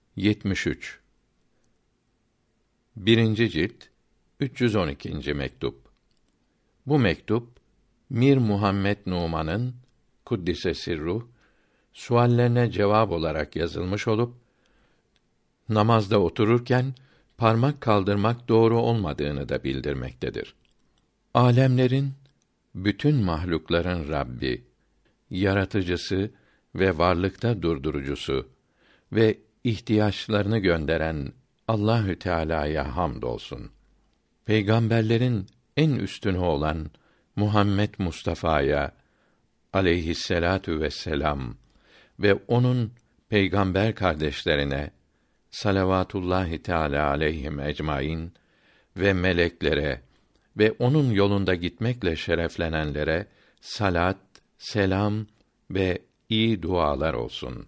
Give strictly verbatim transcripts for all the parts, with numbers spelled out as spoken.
yetmiş üç. Birinci cilt üç yüz on ikinci mektup. Bu mektup Mir Muhammed Numan'ın kuddise sirruh suallerine cevap olarak yazılmış olup namazda otururken parmak kaldırmak doğru olmadığını da bildirmektedir. Âlemlerin, bütün mahlukların Rabbi, yaratıcısı ve varlıkta durdurucusu ve ihtiyaçlarını gönderen Allahü Teala'ya hamdolsun. Peygamberlerin en üstünü olan Muhammed Mustafa'ya aleyhisselatu vesselam ve onun peygamber kardeşlerine salavatullahi teâlâ aleyhim ecmaîn ve meleklere ve onun yolunda gitmekle şereflenenlere salat, selam ve iyi dualar olsun.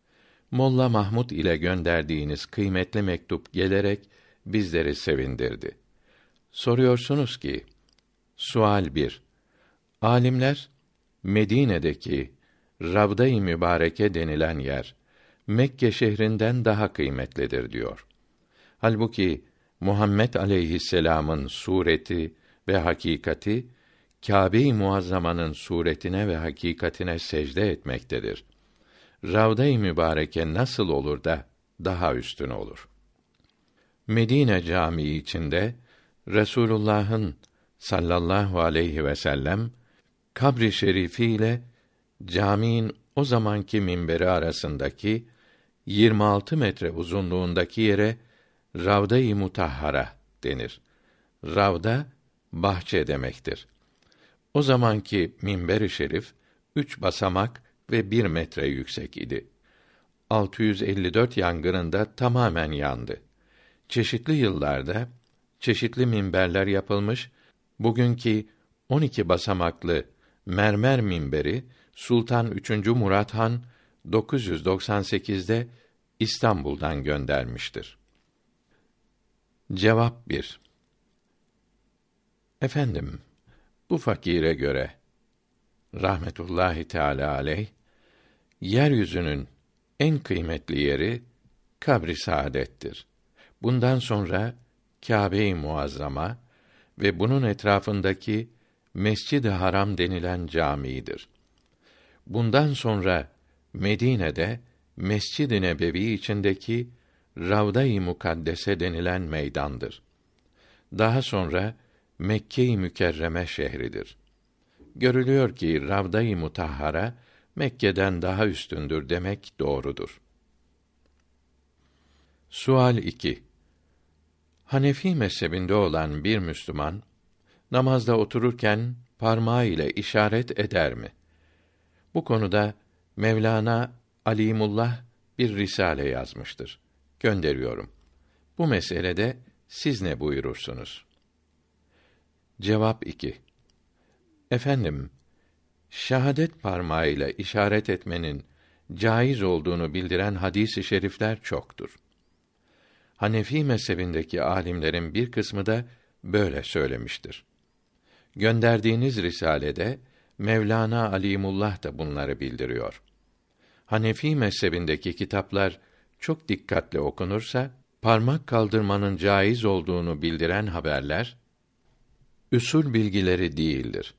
Molla Mahmud ile gönderdiğiniz kıymetli mektup gelerek bizleri sevindirdi. Soruyorsunuz ki, sual bir. Alimler, Medine'deki Ravda-i Mübareke denilen yer, Mekke şehrinden daha kıymetlidir diyor. Halbuki Muhammed aleyhisselam'ın sureti ve hakikati, Kâbe-i Muazzama'nın suretine ve hakikatine secde etmektedir. Ravda-i Mübareke nasıl olur da daha üstün olur? Medine Camii içinde Resulullah'ın sallallahu aleyhi ve sellem kabri şerifi ile caminin o zamanki minberi arasındaki yirmi altı metre uzunluğundaki yere Ravda-i Mutahhara denir. Ravda bahçe demektir. O zamanki minber-i şerif üç basamak ve bir metre yüksek idi. altı yüz elli dört yangınında tamamen yandı. Çeşitli yıllarda çeşitli minberler yapılmış. Bugünkü on iki basamaklı mermer minberi Sultan üçüncü Murat Han dokuz yüz doksan sekizde İstanbul'dan göndermiştir. Cevap bir. Efendim, bu fakire göre rahmetullahi teâlâ aleyh, yeryüzünün en kıymetli yeri kabr-i saadettir. Bundan sonra Kâbe-i Muazzama ve bunun etrafındaki Mescid-i Haram denilen camidir. Bundan sonra Medine'de Mescid-i Nebevi içindeki Ravda-i Mukaddese denilen meydandır. Daha sonra Mekke-i Mükerreme şehridir. Görülüyor ki Ravda-i Mutahhara Mekke'den daha üstündür demek doğrudur. Sual iki. Hanefi mezhebinde olan bir Müslüman namazda otururken parmağı ile işaret eder mi? Bu konuda Mevlana Alimullah bir risale yazmıştır. Gönderiyorum. Bu meselede siz ne buyurursunuz? Cevap iki. Efendim, şahadet parmağıyla işaret etmenin caiz olduğunu bildiren hadis-i şerifler çoktur. Hanefi mezhebindeki âlimlerin bir kısmı da böyle söylemiştir. Gönderdiğiniz risalede Mevlana Alimullah da bunları bildiriyor. Hanefi mezhebindeki kitaplar çok dikkatle okunursa, parmak kaldırmanın caiz olduğunu bildiren haberler, üsul bilgileri değildir.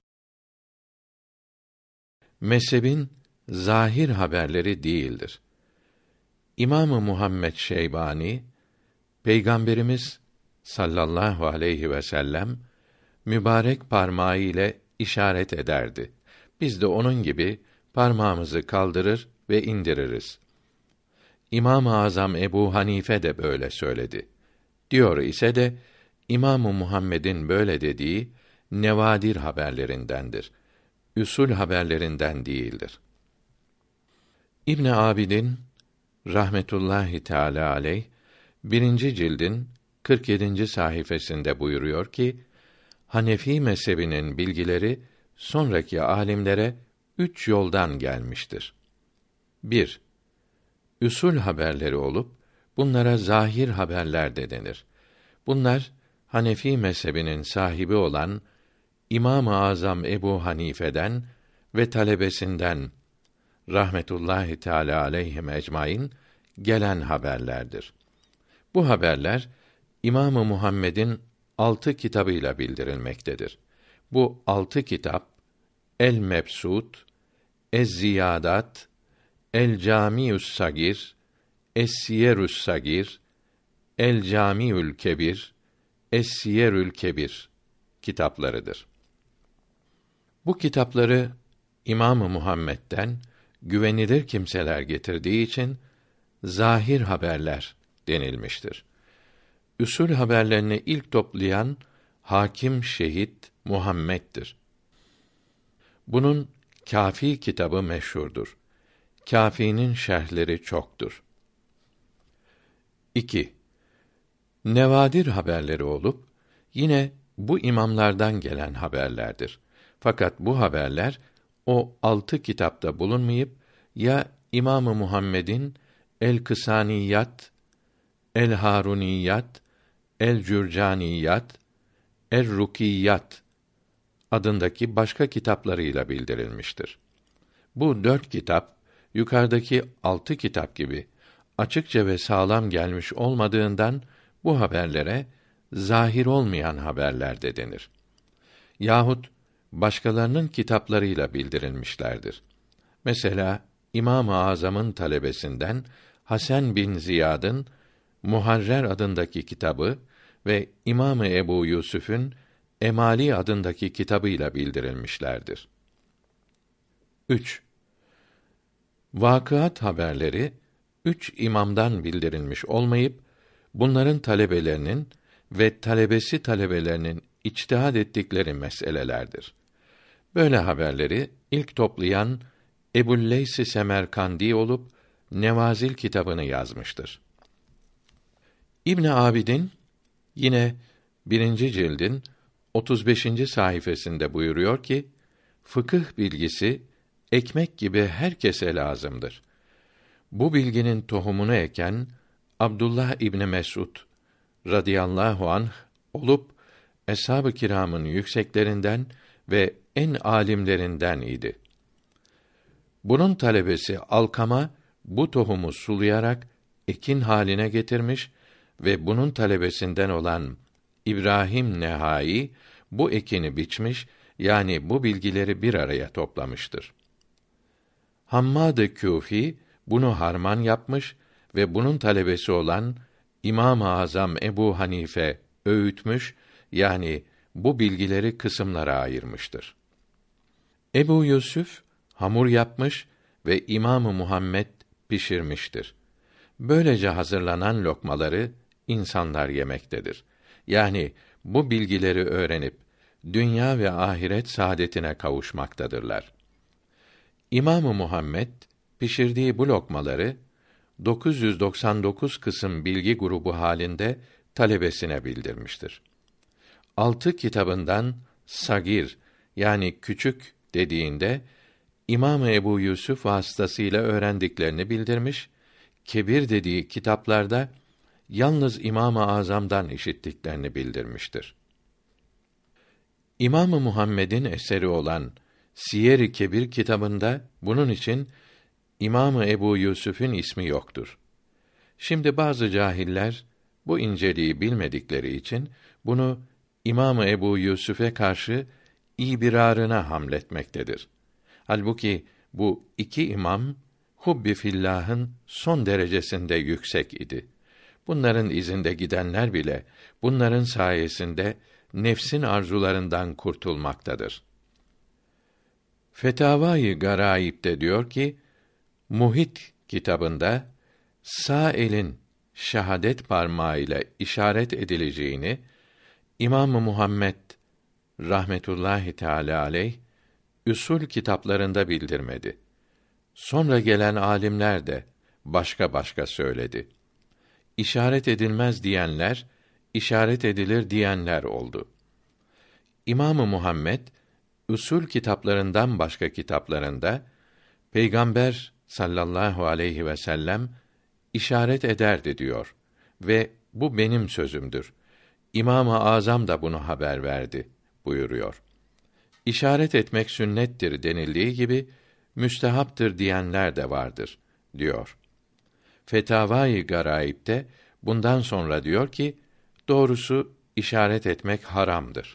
Mezhebin zahir haberleri değildir. İmam-ı Muhammed Şeybani, Peygamberimiz sallallahu aleyhi ve sellem mübarek parmağı ile işaret ederdi. Biz de onun gibi parmağımızı kaldırır ve indiririz. İmam-ı Azam Ebu Hanife de böyle söyledi. Diyor ise de İmam-ı Muhammed'in böyle dediği nevadir haberlerindendir. Üsul haberlerinden değildir. İbn Abidin rahmetullahi teâlâ aleyh birinci cildin kırk yedinci sayfasında buyuruyor ki, Hanefi mezhebinin bilgileri sonraki âlimlere üç yoldan gelmiştir. bir. Üsul haberleri olup bunlara zahir haberler de denir. Bunlar Hanefi mezhebinin sahibi olan İmam-ı Azam Ebu Hanife'den ve talebesinden rahmetullahi teâlâ aleyhim ecmaîn gelen haberlerdir. Bu haberler İmam-ı Muhammed'in altı kitabıyla bildirilmektedir. Bu altı kitap El-Mebsût, Ez-Ziyadat, El-Câmiü's Sagir, Es-Siyerü's Sagir, El-Câmiül Kebir, Es-Siyerül Kebir kitaplarıdır. Bu kitapları İmam-ı Muhammed'den güvenilir kimseler getirdiği için zahir haberler denilmiştir. Usul haberlerini ilk toplayan Hakim Şehit Muhammed'dir. Bunun Kâfi kitabı meşhurdur. Kâfi'nin şerhleri çoktur. İki. Nevadir haberleri olup yine bu imamlardan gelen haberlerdir. Fakat bu haberler o altı kitapta bulunmayıp ya İmam-ı Muhammed'in El-Kısaniyat, El-Haruniyat, El-Cürcaniyat, Er-Rukiyat adındaki başka kitaplarıyla bildirilmiştir. Bu dört kitap yukarıdaki altı kitap gibi açıkça ve sağlam gelmiş olmadığından bu haberlere zahir olmayan haberler de denir. Yahut başkalarının kitaplarıyla bildirilmişlerdir. Mesela İmam-ı Azam'ın talebesinden Hasan bin Ziyad'ın Muharrer adındaki kitabı ve İmam-ı Ebu Yusuf'un Emali adındaki kitabıyla bildirilmişlerdir. Üç. Vakıat haberleri üç imamdan bildirilmiş olmayıp bunların talebelerinin ve talebesi talebelerinin içtihad ettikleri meselelerdir. Böyle haberleri ilk toplayan Ebu'l-Leys Semerkandi olup Nevazil kitabını yazmıştır. İbn Abidin yine birinci cildin otuz beşinci sayfasında buyuruyor ki, fıkıh bilgisi ekmek gibi herkese lazımdır. Bu bilginin tohumunu eken Abdullah İbni Mes'ud radıyallahu anh olup eshab-ı kiramın yükseklerinden ve en alimlerinden idi. Bunun talebesi Alkama bu tohumu sulayarak ekin haline getirmiş ve bunun talebesinden olan İbrahim Nehai bu ekini biçmiş, yani bu bilgileri bir araya toplamıştır. Hammad-ı Küfi bunu harman yapmış ve bunun talebesi olan İmam-ı Azam Ebu Hanife öğütmüş, yani bu bilgileri kısımlara ayırmıştır. Ebu Yusuf hamur yapmış ve İmam-ı Muhammed pişirmiştir. Böylece hazırlanan lokmaları insanlar yemektedir. Yani bu bilgileri öğrenip dünya ve ahiret saadetine kavuşmaktadırlar. İmam-ı Muhammed pişirdiği bu lokmaları dokuz yüz doksan dokuz kısım bilgi grubu halinde talebesine bildirmiştir. Altı kitabından sagir, yani küçük dediğinde İmam-ı Ebu Yusuf vasıtasıyla öğrendiklerini bildirmiş, kebir dediği kitaplarda yalnız İmam-ı Azam'dan işittiklerini bildirmiştir. İmam-ı Muhammed'in eseri olan Siyer-i Kebir kitabında bunun için İmam-ı Ebu Yusuf'un ismi yoktur. Şimdi bazı cahiller bu inceliği bilmedikleri için bunu İmam-ı Ebu Yusuf'e karşı ibirarına hamletmektedir. Halbuki bu iki imam hubbi fillah'ın son derecesinde yüksek idi. Bunların izinde gidenler bile bunların sayesinde nefsin arzularından kurtulmaktadır. Fetavai Garaib'de diyor ki, Muhit kitabında sağ elin şahadet parmağıyla işaret edileceğini İmam-ı Muhammed rahmetullahi teala aleyh usul kitaplarında bildirmedi. Sonra gelen alimler de başka başka söyledi. İşaret edilmez diyenler, işaret edilir diyenler oldu. İmam-ı Muhammed usul kitaplarından başka kitaplarında Peygamber sallallahu aleyhi ve sellem işaret ederdi diyor ve bu benim sözümdür. İmam-ı Azam da bunu haber verdi buyuruyor. İşaret etmek sünnettir denildiği gibi müstehaptır diyenler de vardır diyor. Fetavai Garaib'de bundan sonra diyor ki, doğrusu işaret etmek haramdır.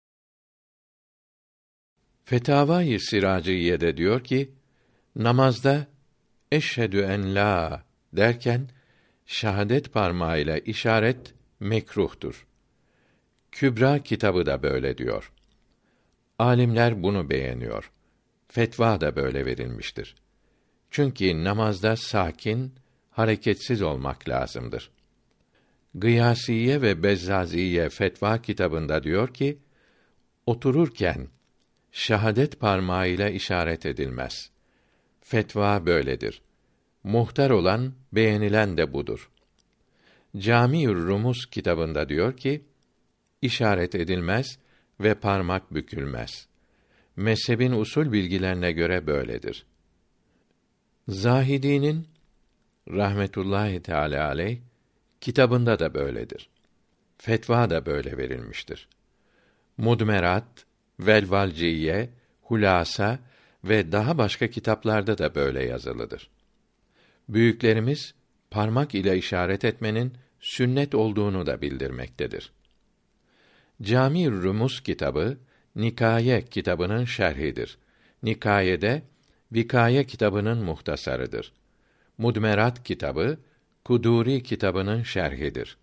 Fetavai Siraciye'de diyor ki, namazda eşhedü en la derken şahadet parmağıyla işaret mekruhtur. Kübra kitabı da böyle diyor. Alimler bunu beğeniyor. Fetva da böyle verilmiştir. Çünkü namazda sakin, hareketsiz olmak lazımdır. Gıyasiye ve Bezzaziye fetva kitabında diyor ki, otururken şahadet parmağıyla işaret edilmez. Fetva böyledir. Muhtar olan, beğenilen de budur. Câmi-ül Rumuz kitabında diyor ki, işaret edilmez ve parmak bükülmez. Mezhebin usul bilgilerine göre böyledir. Zahidî'nin rahmetullahi teâlâ aleyh kitabında da böyledir. Fetva da böyle verilmiştir. Mudmerat, Velvalciye, Hulasa ve daha başka kitaplarda da böyle yazılıdır. Büyüklerimiz parmak ile işaret etmenin sünnet olduğunu da bildirmektedir. Câmi-ül Rumuz kitabı Nikaye kitabının şerhidir. Nikaye'de Vikaye kitabının muhtasarıdır. Mudmerat kitabı Kuduri kitabının şerhidir.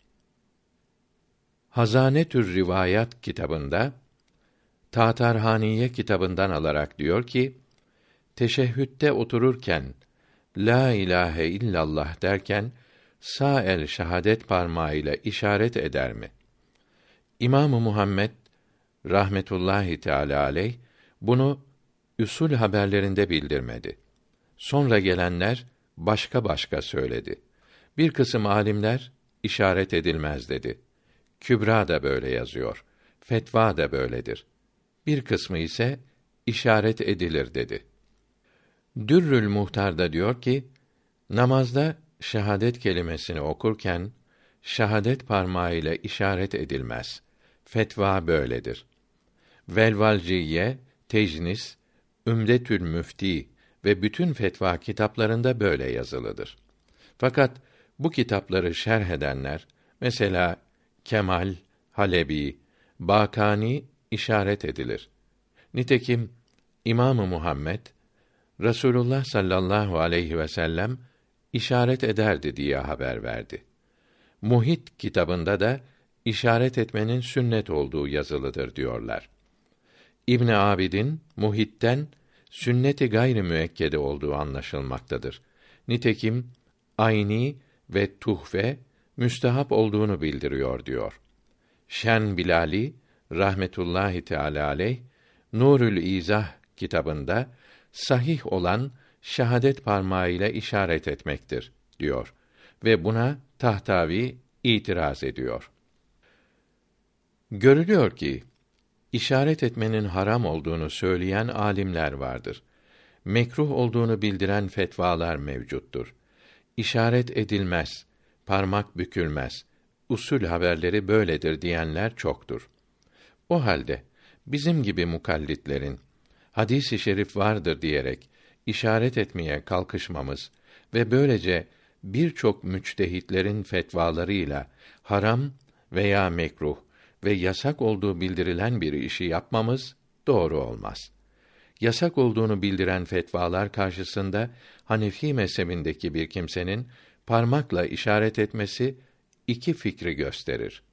Hazanetür Rivayat kitabında Tatarhaniye kitabından alarak diyor ki, teşehhütte otururken la ilahe illallah derken sağ el şahadet parmağıyla işaret eder mi? İmam-ı Muhammed rahmetullahi teâlâ aleyh bunu usul haberlerinde bildirmedi. Sonra gelenler başka başka söyledi. Bir kısım alimler işaret edilmez dedi. Kübra da böyle yazıyor. Fetva da böyledir. Bir kısmı ise işaret edilir dedi. Dürrül Muhtar'da diyor ki, namazda şehadet kelimesini okurken şahadet parmağıyla işaret edilmez. Fetva böyledir. Velvalciye, Tecnis, Ümdetül Müfti ve bütün fetva kitaplarında böyle yazılıdır. Fakat bu kitapları şerh edenler, mesela Kemal, Halebi, Bakani işaret edilir. Nitekim İmam-ı Muhammed Resulullah sallallahu aleyhi ve sellem işaret ederdi diye haber verdi. Muhit kitabında da işaret etmenin sünnet olduğu yazılıdır diyorlar. İbn Abidin Muhit'ten sünnet-i gayri müekkede olduğu anlaşılmaktadır. Nitekim Ayni ve Tuhfe müstehap olduğunu bildiriyor diyor. Şen Bilali rahmetullahi teâlâ aleyh Nurül İzah kitabında sahih olan şahadet parmağıyla işaret etmektir diyor ve buna Tahtavi itiraz ediyor. Görülüyor ki işaret etmenin haram olduğunu söyleyen alimler vardır. Mekruh olduğunu bildiren fetvalar mevcuttur. İşaret edilmez, parmak bükülmez. Usul haberleri böyledir diyenler çoktur. O halde bizim gibi mukallitlerin hadis-i şerif vardır diyerek işaret etmeye kalkışmamız ve böylece birçok müçtehitlerin fetvalarıyla haram veya mekruh ve yasak olduğu bildirilen bir işi yapmamız doğru olmaz. Yasak olduğunu bildiren fetvalar karşısında Hanefi mezhebindeki bir kimsenin parmakla işaret etmesi iki fikri gösterir.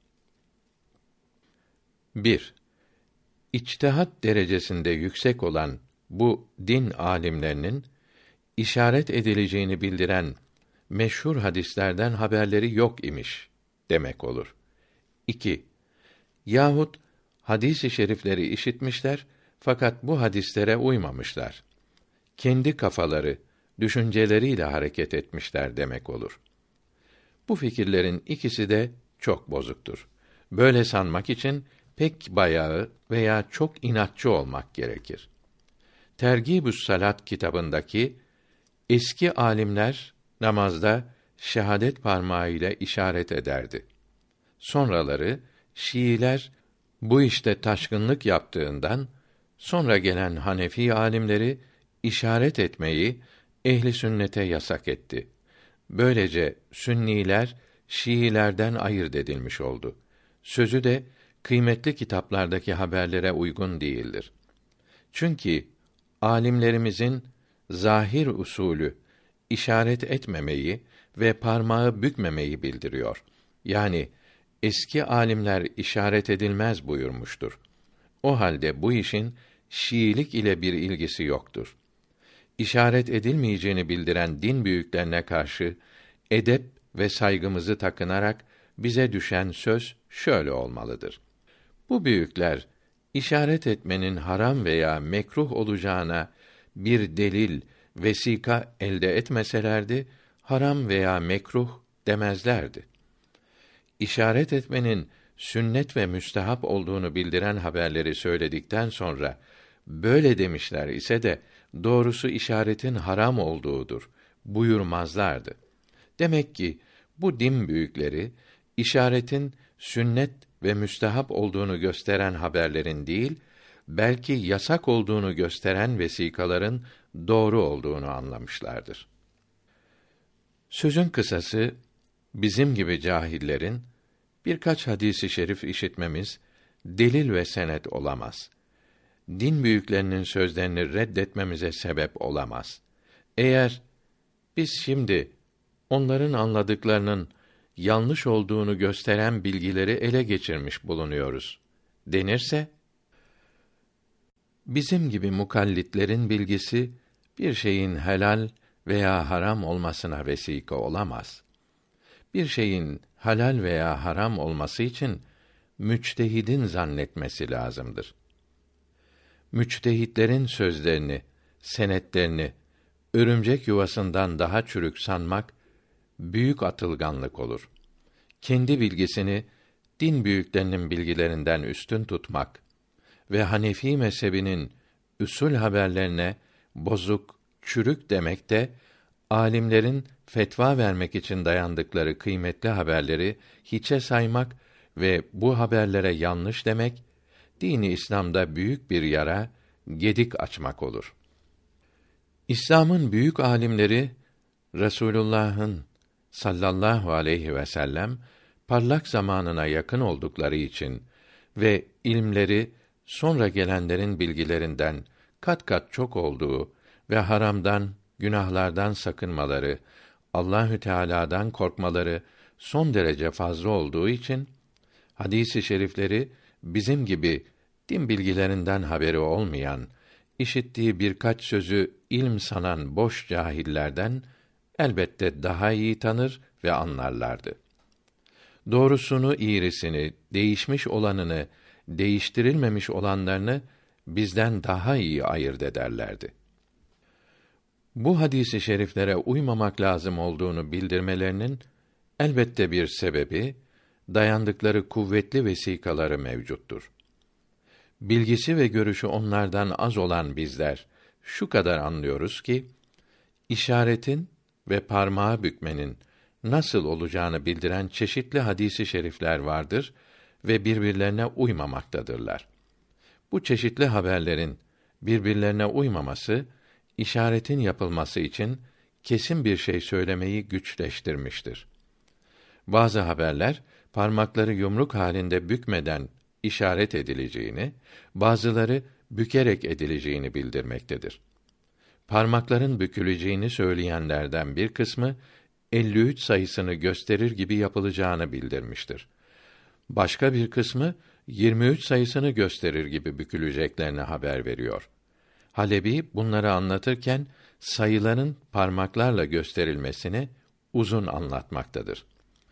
bir. İçtihat derecesinde yüksek olan bu din alimlerinin işaret edileceğini bildiren meşhur hadislerden haberleri yok imiş demek olur. iki. Yahut hadis-i şerifleri işitmişler fakat bu hadislere uymamışlar. Kendi kafaları, düşünceleriyle hareket etmişler demek olur. Bu fikirlerin ikisi de çok bozuktur. Böyle sanmak için pek bayağı veya çok inatçı olmak gerekir. Tergibü's Salat kitabındaki eski alimler namazda şehadet parmağıyla işaret ederdi. Sonraları Şiiler bu işte taşkınlık yaptığından sonra gelen Hanefi alimleri işaret etmeyi ehli sünnete yasak etti. Böylece Sünniler Şiilerden ayırt edilmiş oldu. Sözü de kıymetli kitaplardaki haberlere uygun değildir. Çünkü alimlerimizin zahir usulü işaret etmemeyi ve parmağı bükmemeyi bildiriyor. Yani eski alimler işaret edilmez buyurmuştur. O halde bu işin Şiilik ile bir ilgisi yoktur. İşaret edilmeyeceğini bildiren din büyüklerine karşı edep ve saygımızı takınarak bize düşen söz şöyle olmalıdır: bu büyükler işaret etmenin haram veya mekruh olacağına bir delil, vesika elde etmeselerdi, haram veya mekruh demezlerdi. İşaret etmenin sünnet ve müstehap olduğunu bildiren haberleri söyledikten sonra böyle demişler ise de doğrusu işaretin haram olduğudur buyurmazlardı. Demek ki bu din büyükleri işaretin sünnet ve müstehap olduğunu gösteren haberlerin değil, belki yasak olduğunu gösteren vesikaların doğru olduğunu anlamışlardır. Sözün kısası, bizim gibi cahillerin birkaç hadisi şerif işitmemiz delil ve senet olamaz. Din büyüklerinin sözlerini reddetmemize sebep olamaz. Eğer biz şimdi onların anladıklarının yanlış olduğunu gösteren bilgileri ele geçirmiş bulunuyoruz denirse, bizim gibi mukallitlerin bilgisi bir şeyin helal veya haram olmasına vesika olamaz. Bir şeyin halal veya haram olması için müçtehidin zannetmesi lazımdır. Müçtehitlerin sözlerini, senetlerini örümcek yuvasından daha çürük sanmak büyük atılganlık olur. Kendi bilgisini din büyüklerinin bilgilerinden üstün tutmak ve Hanefi mezhebinin usul haberlerine bozuk, çürük demek de alimlerin fetva vermek için dayandıkları kıymetli haberleri hiçe saymak ve bu haberlere yanlış demek, dini İslam'da büyük bir yara, gedik açmak olur. İslam'ın büyük alimleri Resulullah'ın sallallahu aleyhi ve sellem parlak zamanına yakın oldukları için ve ilmleri sonra gelenlerin bilgilerinden kat kat çok olduğu ve haramdan, günahlardan sakınmaları, Allahü Teala'dan korkmaları son derece fazla olduğu için hadis-i şerifleri bizim gibi din bilgilerinden haberi olmayan, işittiği birkaç sözü ilm sanan boş cahillerden elbette daha iyi tanır ve anlarlardı. Doğrusunu, iğrisini, değişmiş olanını, değiştirilmemiş olanlarını bizden daha iyi ayırt ederlerdi. Bu hadis-i şeriflere uymamak lazım olduğunu bildirmelerinin elbette bir sebebi, dayandıkları kuvvetli vesikaları mevcuttur. Bilgisi ve görüşü onlardan az olan bizler şu kadar anlıyoruz ki, işaretin ve parmağı bükmenin nasıl olacağını bildiren çeşitli hadis-i şerifler vardır ve birbirlerine uymamaktadırlar. Bu çeşitli haberlerin birbirlerine uymaması, işaretin yapılması için kesin bir şey söylemeyi güçleştirmiştir. Bazı haberler parmakları yumruk halinde bükmeden işaret edileceğini, bazıları bükerek edileceğini bildirmektedir. Parmakların büküleceğini söyleyenlerden bir kısmı elli üç sayısını gösterir gibi yapılacağını bildirmiştir. Başka bir kısmı yirmi üç sayısını gösterir gibi büküleceklerini haber veriyor. Halebi bunları anlatırken sayıların parmaklarla gösterilmesini uzun anlatmaktadır.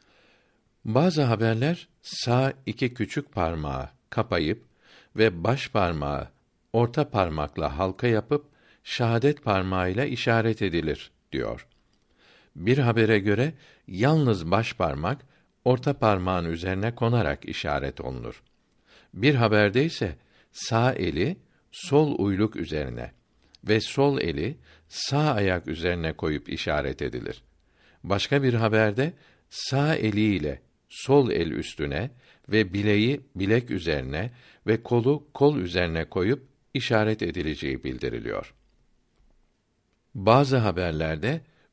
Bazı haberler sağ iki küçük parmağı kapayıp ve baş parmağı orta parmakla halka yapıp şahadet parmağıyla işaret edilir diyor. Bir habere göre yalnız baş parmak orta parmağın üzerine konarak işaret olunur. Bir haberde ise sağ eli sol uyluk üzerine ve sol eli sağ ayak üzerine koyup işaret edilir. Başka bir haberde sağ eliyle sol el üstüne ve bileği bilek üzerine ve kolu kol üzerine koyup işaret edileceği bildiriliyor. Bazı haberlerde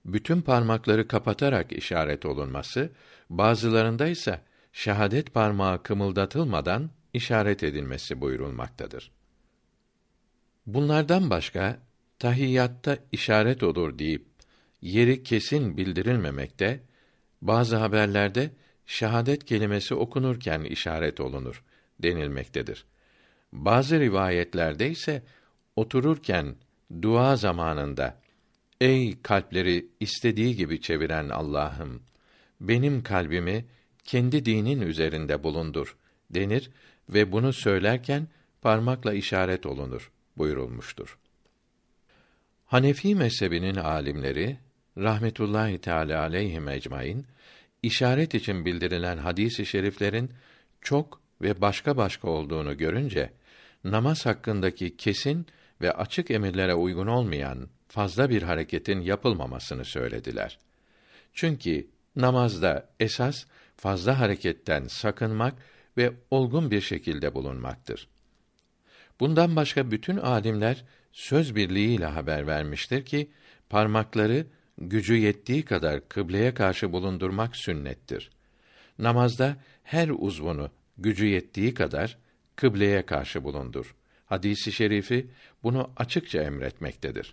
bütün parmakları kapatarak işaret olunması, bazılarında ise şehadet parmağı kımıldatılmadan işaret edilmesi buyurulmaktadır. Bunlardan başka tahiyyatta işaret olur deyip yeri kesin bildirilmemekte, bazı haberlerde şehadet kelimesi okunurken işaret olunur denilmektedir. Bazı rivayetlerde ise otururken dua zamanında ey kalpleri istediği gibi çeviren Allah'ım, benim kalbimi kendi dinin üzerinde bulundur denir ve bunu söylerken parmakla işaret olunur buyurulmuştur. Hanefi mezhebinin alimleri rahmetullahi teâlâ aleyhim ecmaîn, işaret için bildirilen hadis-i şeriflerin çok ve başka başka olduğunu görünce, namaz hakkındaki kesin ve açık emirlere uygun olmayan fazla bir hareketin yapılmamasını söylediler. Çünkü namazda esas fazla hareketten sakınmak ve olgun bir şekilde bulunmaktır. Bundan başka bütün alimler söz birliğiyle haber vermiştir ki, parmakları gücü yettiği kadar kıbleye karşı bulundurmak sünnettir. Namazda her uzvunu gücü yettiği kadar kıbleye karşı bulundur. Hadisi şerifi bunu açıkça emretmektedir.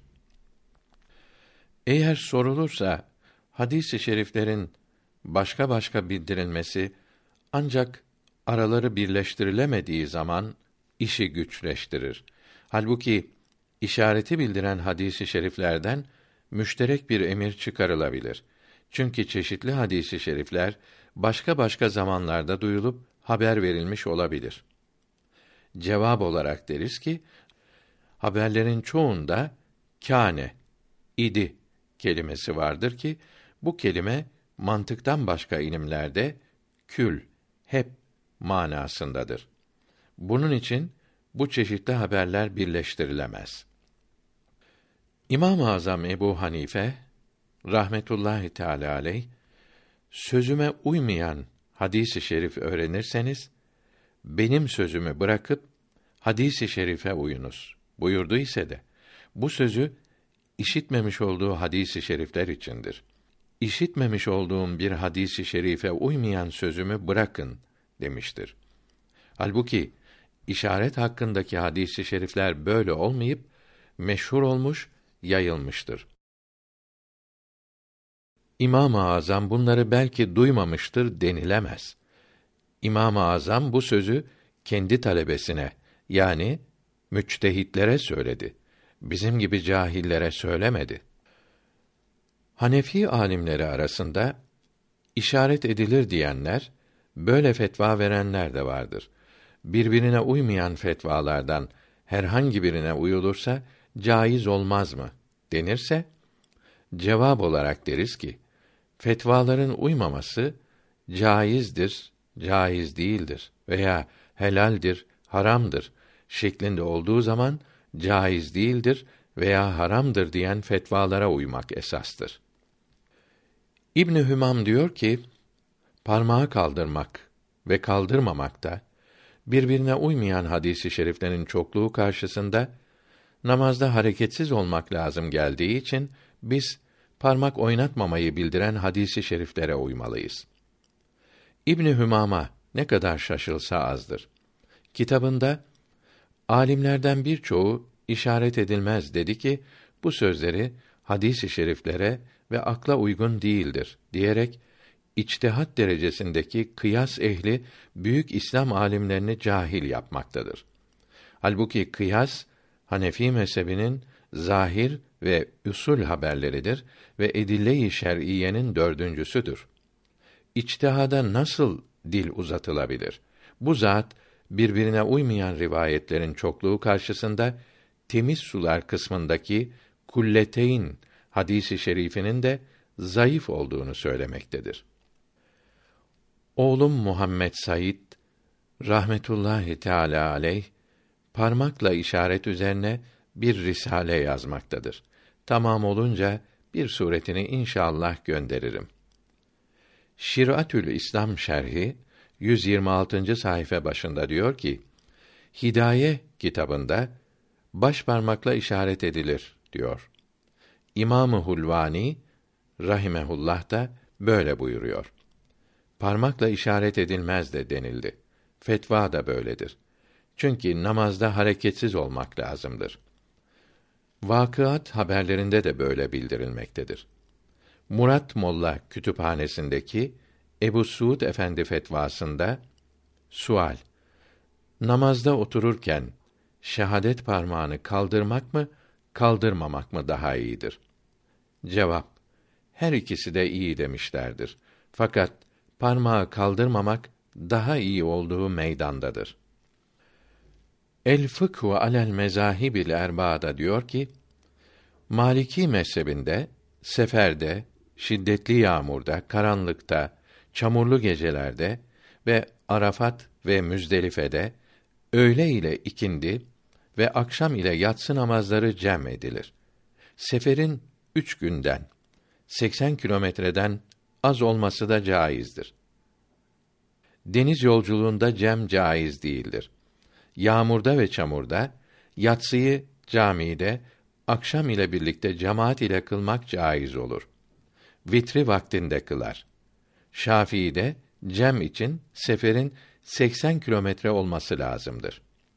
Eğer sorulursa hadis-i şeriflerin başka başka bildirilmesi ancak araları birleştirilemediği zaman işi güçleştirir. Halbuki işareti bildiren hadis-i şeriflerden müşterek bir emir çıkarılabilir. Çünkü çeşitli hadis-i şerifler başka başka zamanlarda duyulup haber verilmiş olabilir. Cevap olarak deriz ki, haberlerin çoğunda kâne, idi kelimesi vardır ki, bu kelime mantıktan başka ilimlerde kül, hep manasındadır. Bunun için bu çeşitli haberler birleştirilemez. İmam-ı Azam Ebu Hanife rahmetullahi teâlâ aleyh, sözüme uymayan hadis-i şerif öğrenirseniz, benim sözümü bırakıp hadis-i şerife uyunuz buyurdu ise de, bu sözü işitmemiş olduğu hadis-i şerifler içindir. İşitmemiş olduğum bir hadis-i şerife uymayan sözümü bırakın demiştir. Halbuki işaret hakkındaki hadis-i şerifler böyle olmayıp meşhur olmuş, yayılmıştır. İmam-ı Azam bunları belki duymamıştır denilemez. İmam-ı Azam bu sözü kendi talebesine, yani müçtehitlere söyledi. Bizim gibi cahillere söylemedi. Hanefi alimleri arasında işaret edilir diyenler, böyle fetva verenler de vardır. Birbirine uymayan fetvalardan herhangi birine uyulursa caiz olmaz mı denirse, cevap olarak deriz ki, fetvaların uymaması caizdir, caiz değildir veya helaldir, haramdır şeklinde olduğu zaman caiz değildir veya haramdır diyen fetvalara uymak esastır. İbn Hümam diyor ki, parmağı kaldırmak ve kaldırmamakta birbirine uymayan hadis-i şeriflerin çokluğu karşısında namazda hareketsiz olmak lazım geldiği için biz parmak oynatmamayı bildiren hadis-i şeriflere uymalıyız. İbn Hümam'a ne kadar şaşılsa azdır. Kitabında alimlerden birçoğu işaret edilmez dedi ki, bu sözleri hadis-i şeriflere ve akla uygun değildir diyerek içtihat derecesindeki kıyas ehli büyük İslam alimlerini cahil yapmaktadır. Halbuki kıyas Hanefi mezhebinin zahir ve usul haberleridir ve edille-i şer'iyenin dördüncüsüdür. İçtihada nasıl dil uzatılabilir? Bu zat birbirine uymayan rivayetlerin çokluğu karşısında temiz sular kısmındaki kulleteyn hadisi şerifinin de zayıf olduğunu söylemektedir. Oğlum Muhammed Said rahmetullahi teâlâ aleyh parmakla işaret üzerine bir risale yazmaktadır. Tamam olunca bir suretini inşallah gönderirim. Şir'atül İslam şerhi yüz yirmi altıncı sayfa başında diyor ki, Hidaye kitabında baş parmakla işaret edilir diyor. İmam-ı Hulvani rahimehullah da böyle buyuruyor. Parmakla işaret edilmez de denildi. Fetva da böyledir. Çünkü namazda hareketsiz olmak lazımdır. Vakıat haberlerinde de böyle bildirilmektedir. Murat Molla kütüphanesindeki Ebu Suud Efendi fetvasında sual: Namazda otururken şehadet parmağını kaldırmak mı, kaldırmamak mı daha iyidir? Cevap: Her ikisi de iyi demişlerdir. Fakat parmağı kaldırmamak daha iyi olduğu meydandadır. El Fıkhu alel Mezahibil Erba'da diyor ki, Maliki mezhebinde seferde, şiddetli yağmurda, karanlıkta, çamurlu gecelerde ve Arafat ve Müzdelife'de öğle ile ikindi ve akşam ile yatsı namazları cem edilir. Seferin üç günden, seksen kilometreden az olması da caizdir. Deniz yolculuğunda cem caiz değildir. Yağmurda ve çamurda yatsıyı camide akşam ile birlikte cemaat ile kılmak caiz olur. Vitri vaktinde kılar. Şafii'de cem için seferin seksen kilometre olması lazımdır.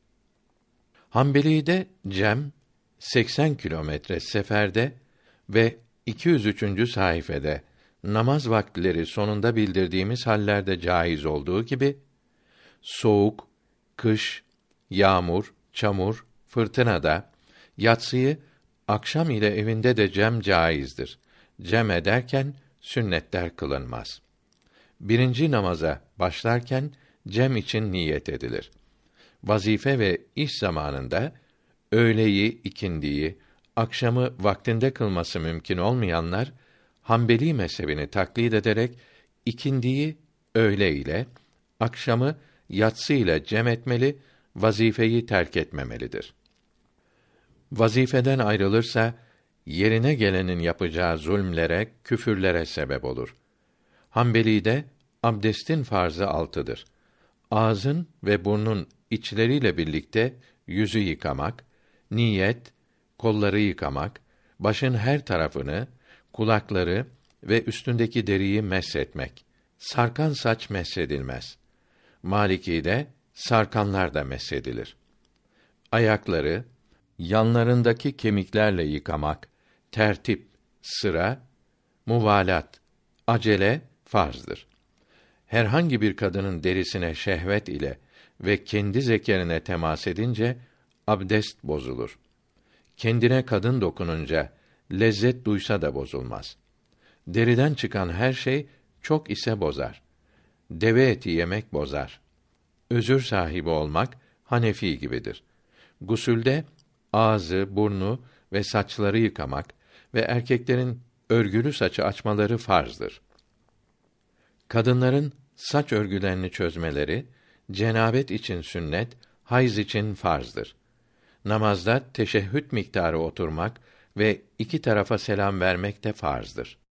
Hanbeli'de cem seksen kilometre seferde ve iki yüz üçüncü sayfede namaz vaktileri sonunda bildirdiğimiz hallerde caiz olduğu gibi soğuk, kış, yağmur, çamur, fırtınada yatsıyı akşam ile evinde de cem caizdir. Cem ederken sünnetler kılınmaz. Birinci namaza başlarken cem için niyet edilir. Vazife ve iş zamanında öğleyi, ikindiyi, akşamı vaktinde kılması mümkün olmayanlar Hanbeli mezhebini taklid ederek ikindiyi öğle ile, akşamı yatsı ile cem etmeli, vazifeyi terk etmemelidir. Vazifeden ayrılırsa yerine gelenin yapacağı zulmlere, küfürlere sebep olur. Hanbeli'de abdestin farzı altıdır. Ağzın ve burnun içleriyle birlikte yüzü yıkamak, niyet, kolları yıkamak, başın her tarafını, kulakları ve üstündeki deriyi meshetmek. Sarkan saç meshedilmez. Maliki'de sarkanlar da meshedilir. Ayakları, yanlarındaki kemiklerle yıkamak, tertip, sıra, muvalat, acele farzdır. Herhangi bir kadının derisine şehvet ile ve kendi zekerine temas edince abdest bozulur. Kendine kadın dokununca lezzet duysa da bozulmaz. Deriden çıkan her şey çok ise bozar. Deve eti yemek bozar. Özür sahibi olmak Hanefi gibidir. Gusülde ağzı, burnu ve saçları yıkamak ve erkeklerin örgülü saçı açmaları farzdır. Kadınların saç örgülerini çözmeleri cenabet için sünnet, hayız için farzdır. Namazda teşehhüd miktarı oturmak ve iki tarafa selam vermek de farzdır.